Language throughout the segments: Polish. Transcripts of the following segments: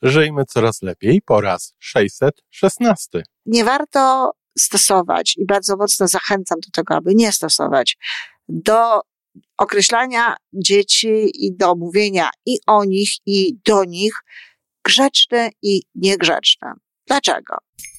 Żyjmy coraz lepiej po raz 616. Nie warto stosować i bardzo mocno zachęcam do tego, aby nie stosować do określania dzieci i do mówienia i o nich, i do nich grzeczne i niegrzeczne. Dlaczego?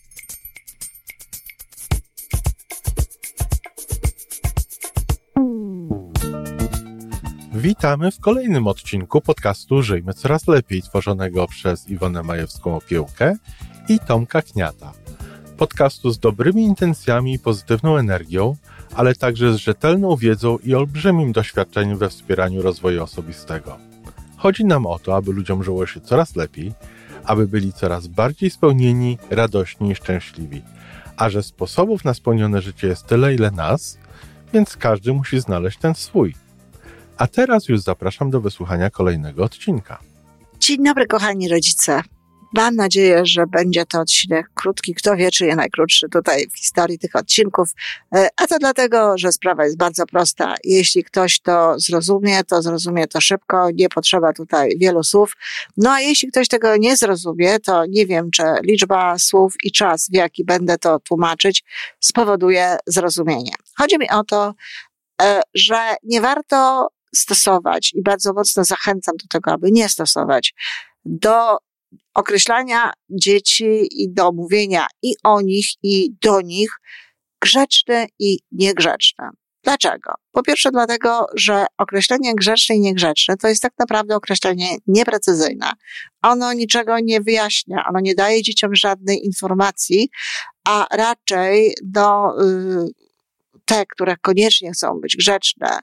Witamy w kolejnym odcinku podcastu Żyjmy Coraz Lepiej, tworzonego przez Iwonę Majewską-Opiełkę i Tomka Kniata. Podcastu z dobrymi intencjami i pozytywną energią, ale także z rzetelną wiedzą i olbrzymim doświadczeniem we wspieraniu rozwoju osobistego. Chodzi nam o to, aby ludziom żyło się coraz lepiej, aby byli coraz bardziej spełnieni, radośni i szczęśliwi. A że sposobów na spełnione życie jest tyle, ile nas, więc każdy musi znaleźć ten swój. A teraz już zapraszam do wysłuchania kolejnego odcinka. Dzień dobry, kochani rodzice. Mam nadzieję, że będzie to odcinek krótki. Kto wie, czy nie najkrótszy tutaj w historii tych odcinków. A to dlatego, że sprawa jest bardzo prosta. Jeśli ktoś to zrozumie to szybko. Nie potrzeba tutaj wielu słów. No a jeśli ktoś tego nie zrozumie, to nie wiem, czy liczba słów i czas, w jaki będę to tłumaczyć, spowoduje zrozumienie. Chodzi mi o to, że nie warto stosować i bardzo mocno zachęcam do tego, aby nie stosować do określania dzieci i do mówienia i o nich, i do nich grzeczne i niegrzeczne. Dlaczego? Po pierwsze dlatego, że określenie grzeczne i niegrzeczne to jest tak naprawdę określenie nieprecyzyjne. Ono niczego nie wyjaśnia, ono nie daje dzieciom żadnej informacji, a raczej te, które koniecznie chcą być grzeczne,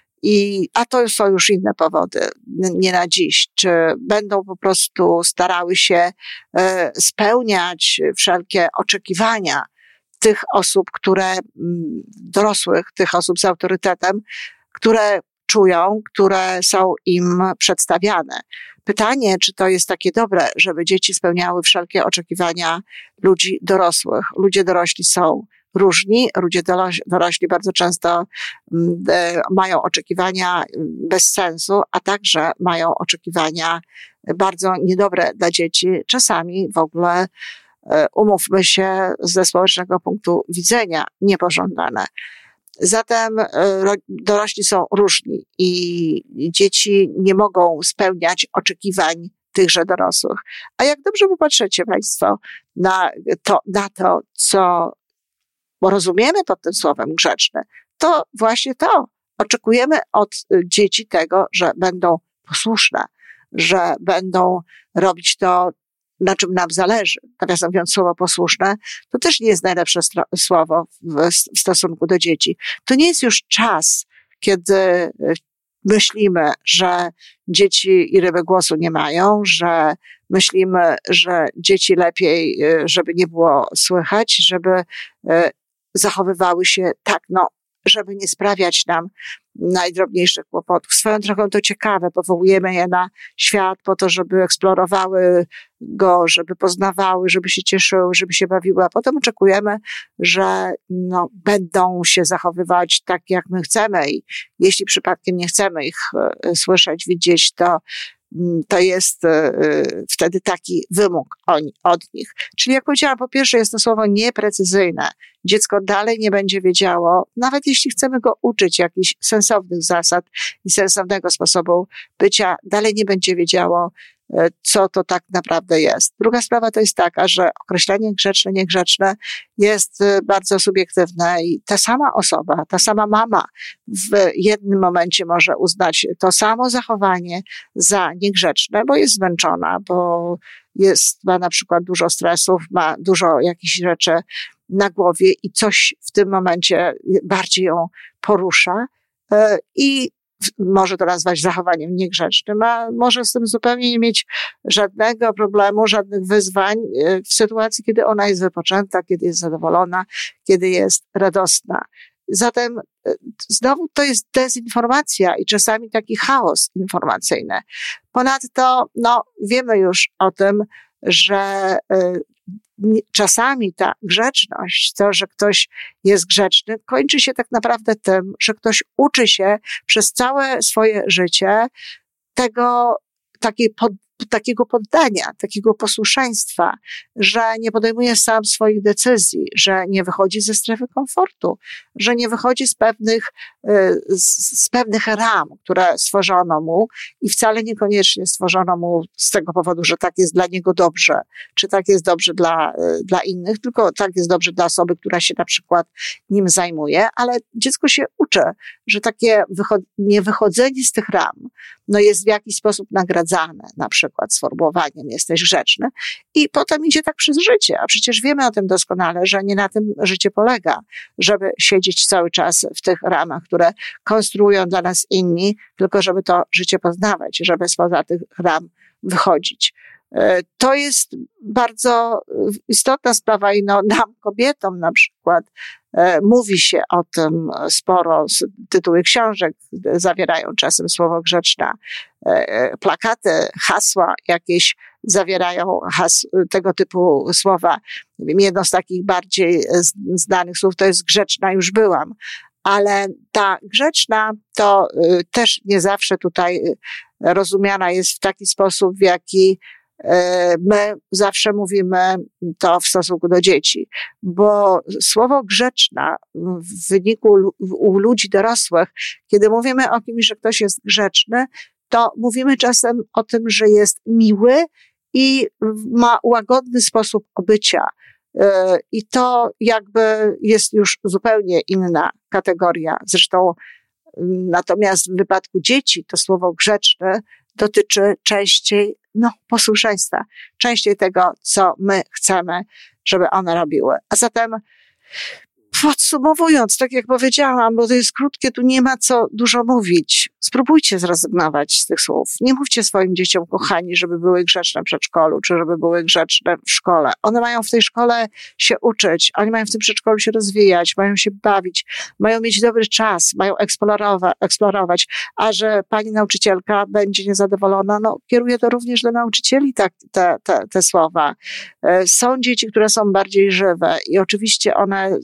a to są już inne powody, nie na dziś, czy będą po prostu starały się spełniać wszelkie oczekiwania tych osób, dorosłych, tych osób z autorytetem, które czują, które są im przedstawiane. Pytanie, czy to jest takie dobre, żeby dzieci spełniały wszelkie oczekiwania ludzi dorosłych. Ludzie dorośli są różni, ludzie dorośli bardzo często mają oczekiwania bez sensu, a także mają oczekiwania bardzo niedobre dla dzieci, czasami w ogóle, umówmy się, ze społecznego punktu widzenia niepożądane. Zatem dorośli są różni i dzieci nie mogą spełniać oczekiwań tychże dorosłych. A jak dobrze popatrzycie Państwo na to, co rozumiemy pod tym słowem grzeczne, to właśnie to. Oczekujemy od dzieci tego, że będą posłuszne, że będą robić to, na czym nam zależy. Nawiasem mówiąc, słowo posłuszne to też nie jest najlepsze słowo w stosunku do dzieci. To nie jest już czas, kiedy myślimy, że dzieci i ryby głosu nie mają, że myślimy, że dzieci lepiej, żeby nie było słychać, żeby zachowywały się tak, żeby nie sprawiać nam najdrobniejszych kłopotów. Swoją drogą to ciekawe, powołujemy je na świat po to, żeby eksplorowały go, żeby poznawały, żeby się cieszyły, żeby się bawiły, a potem oczekujemy, że będą się zachowywać tak, jak my chcemy i jeśli przypadkiem nie chcemy ich słyszeć, widzieć, to jest wtedy taki wymóg od nich. Czyli jak powiedziałam, po pierwsze jest to słowo nieprecyzyjne. Dziecko dalej nie będzie wiedziało, nawet jeśli chcemy go uczyć jakichś sensownych zasad i sensownego sposobu bycia, dalej nie będzie wiedziało, co to tak naprawdę jest. Druga sprawa to jest taka, że określenie grzeczne, niegrzeczne jest bardzo subiektywne i ta sama osoba, ta sama mama w jednym momencie może uznać to samo zachowanie za niegrzeczne, bo jest zmęczona, bo ma na przykład dużo stresów, ma dużo jakichś rzeczy na głowie i coś w tym momencie bardziej ją porusza i może to nazwać zachowaniem niegrzecznym, a może z tym zupełnie nie mieć żadnego problemu, żadnych wyzwań w sytuacji, kiedy ona jest wypoczęta, kiedy jest zadowolona, kiedy jest radosna. Zatem znowu to jest dezinformacja i czasami taki chaos informacyjny. Ponadto wiemy już o tym, że czasami ta grzeczność, to, że ktoś jest grzeczny, kończy się tak naprawdę tym, że ktoś uczy się przez całe swoje życie takiej takiego poddania, takiego posłuszeństwa, że nie podejmuje sam swoich decyzji, że nie wychodzi ze strefy komfortu, że nie wychodzi z pewnych ram, które stworzono mu i wcale niekoniecznie stworzono mu z tego powodu, że tak jest dla niego dobrze, czy tak jest dobrze dla innych, tylko tak jest dobrze dla osoby, która się na przykład nim zajmuje, ale dziecko się uczy, że takie niewychodzenie z tych ram jest w jakiś sposób nagradzane, na przykład sformułowaniem jesteś grzeczny i potem idzie tak przez życie, a przecież wiemy o tym doskonale, że nie na tym życie polega, żeby siedzieć cały czas w tych ramach, które konstruują dla nas inni, tylko żeby to życie poznawać, żeby spoza tych ram wychodzić. To jest bardzo istotna sprawa i nam, kobietom na przykład, mówi się o tym sporo, tytuły książek zawierają czasem słowo grzeczna, plakaty, hasła jakieś zawierają tego typu słowa. Nie wiem, jedno z takich bardziej znanych słów to jest grzeczna już byłam, ale ta grzeczna to też nie zawsze tutaj rozumiana jest w taki sposób, w jaki my zawsze mówimy to w stosunku do dzieci, bo słowo grzeczna w wyniku u ludzi dorosłych, kiedy mówimy o kimś, że ktoś jest grzeczny, to mówimy czasem o tym, że jest miły i ma łagodny sposób bycia. I to jakby jest już zupełnie inna kategoria. Zresztą natomiast w wypadku dzieci to słowo grzeczne dotyczy częściej posłuszeństwa, częściej tego, co my chcemy, żeby one robiły. A zatem podsumowując, tak jak powiedziałam, bo to jest krótkie, tu nie ma co dużo mówić. Spróbujcie zrezygnować z tych słów. Nie mówcie swoim dzieciom, kochani, żeby były grzeczne w przedszkolu, czy żeby były grzeczne w szkole. One mają w tej szkole się uczyć, oni mają w tym przedszkolu się rozwijać, mają się bawić, mają mieć dobry czas, mają eksplorować, a że pani nauczycielka będzie niezadowolona, kieruje to również do nauczycieli te słowa. Są dzieci, które są bardziej żywe i oczywiście one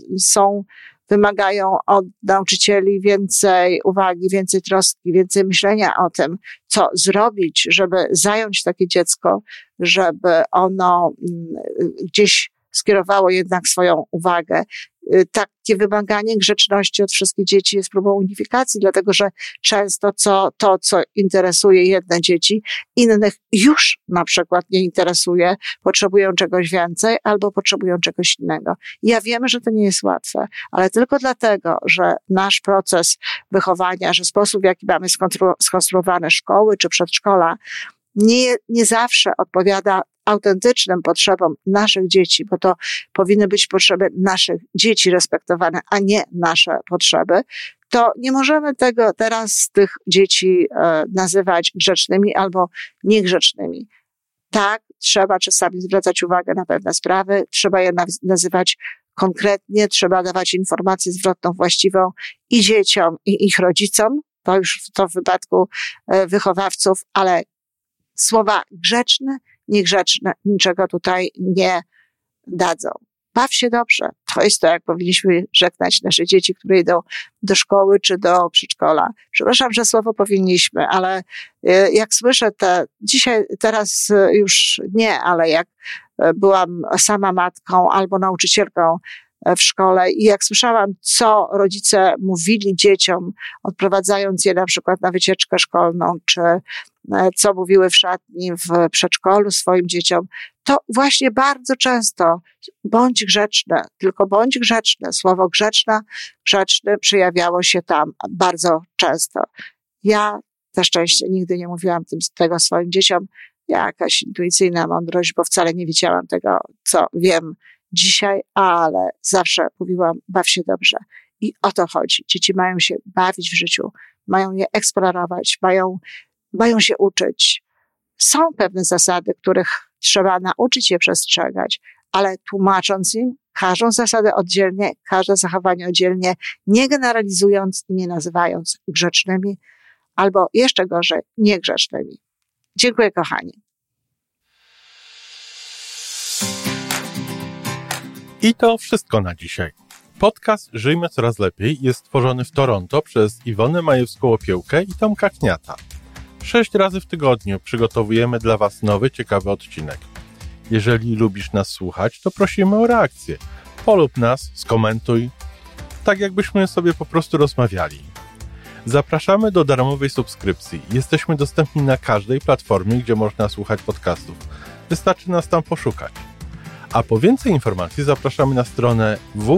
wymagają od nauczycieli więcej uwagi, więcej troski, więcej myślenia o tym, co zrobić, żeby zająć takie dziecko, żeby ono gdzieś skierowało jednak swoją uwagę. Takie wymaganie grzeczności od wszystkich dzieci jest próbą unifikacji, dlatego że często co interesuje jedne dzieci, innych już na przykład nie interesuje, potrzebują czegoś więcej albo potrzebują czegoś innego. Ja wiem, że to nie jest łatwe, ale tylko dlatego, że nasz proces wychowania, że sposób, w jaki mamy skonstruowane szkoły czy przedszkola, nie zawsze odpowiada autentycznym potrzebom naszych dzieci, bo to powinny być potrzeby naszych dzieci respektowane, a nie nasze potrzeby, to nie możemy teraz tych dzieci nazywać grzecznymi albo niegrzecznymi. Tak, trzeba czasami zwracać uwagę na pewne sprawy, trzeba je nazywać konkretnie, trzeba dawać informację zwrotną właściwą i dzieciom, i ich rodzicom, to już w wypadku wychowawców, ale słowa grzeczne, niegrzeczne niczego tutaj nie dadzą. Baw się dobrze. To jest to, jak powinniśmy żegnać nasze dzieci, które idą do szkoły czy do przedszkola. Przepraszam, że słowo powinniśmy, ale jak słyszę teraz już nie, ale jak byłam sama matką albo nauczycielką w szkole i jak słyszałam, co rodzice mówili dzieciom, odprowadzając je na przykład na wycieczkę szkolną, czy co mówiły w szatni, w przedszkolu swoim dzieciom, to właśnie bardzo często bądź grzeczne, tylko bądź grzeczne. Słowo grzeczny przejawiało się tam bardzo często. Ja na szczęście nigdy nie mówiłam tego swoim dzieciom. Jakaś intuicyjna mądrość, bo wcale nie wiedziałam tego, co wiem dzisiaj, ale zawsze mówiłam, baw się dobrze. I o to chodzi. Dzieci mają się bawić w życiu, mają je eksplorować, mają się uczyć. Są pewne zasady, których trzeba nauczyć je przestrzegać, ale tłumacząc im każdą zasadę oddzielnie, każde zachowanie oddzielnie, nie generalizując i nie nazywając grzecznymi, albo jeszcze gorzej, niegrzecznymi. Dziękuję, kochani. I to wszystko na dzisiaj. Podcast Żyjmy Coraz Lepiej jest stworzony w Toronto przez Iwonę Majewską-Opiełkę i Tomka Kniata. 6 razy w tygodniu przygotowujemy dla Was nowy, ciekawy odcinek. Jeżeli lubisz nas słuchać, to prosimy o reakcję. Polub nas, skomentuj, tak jakbyśmy sobie po prostu rozmawiali. Zapraszamy do darmowej subskrypcji. Jesteśmy dostępni na każdej platformie, gdzie można słuchać podcastów. Wystarczy nas tam poszukać. A po więcej informacji zapraszamy na stronę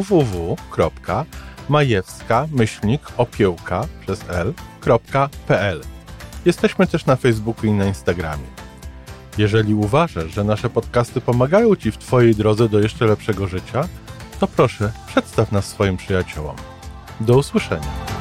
www.majewska-opiełka.pl. Jesteśmy też na Facebooku i na Instagramie. Jeżeli uważasz, że nasze podcasty pomagają Ci w Twojej drodze do jeszcze lepszego życia, to proszę, przedstaw nas swoim przyjaciołom. Do usłyszenia.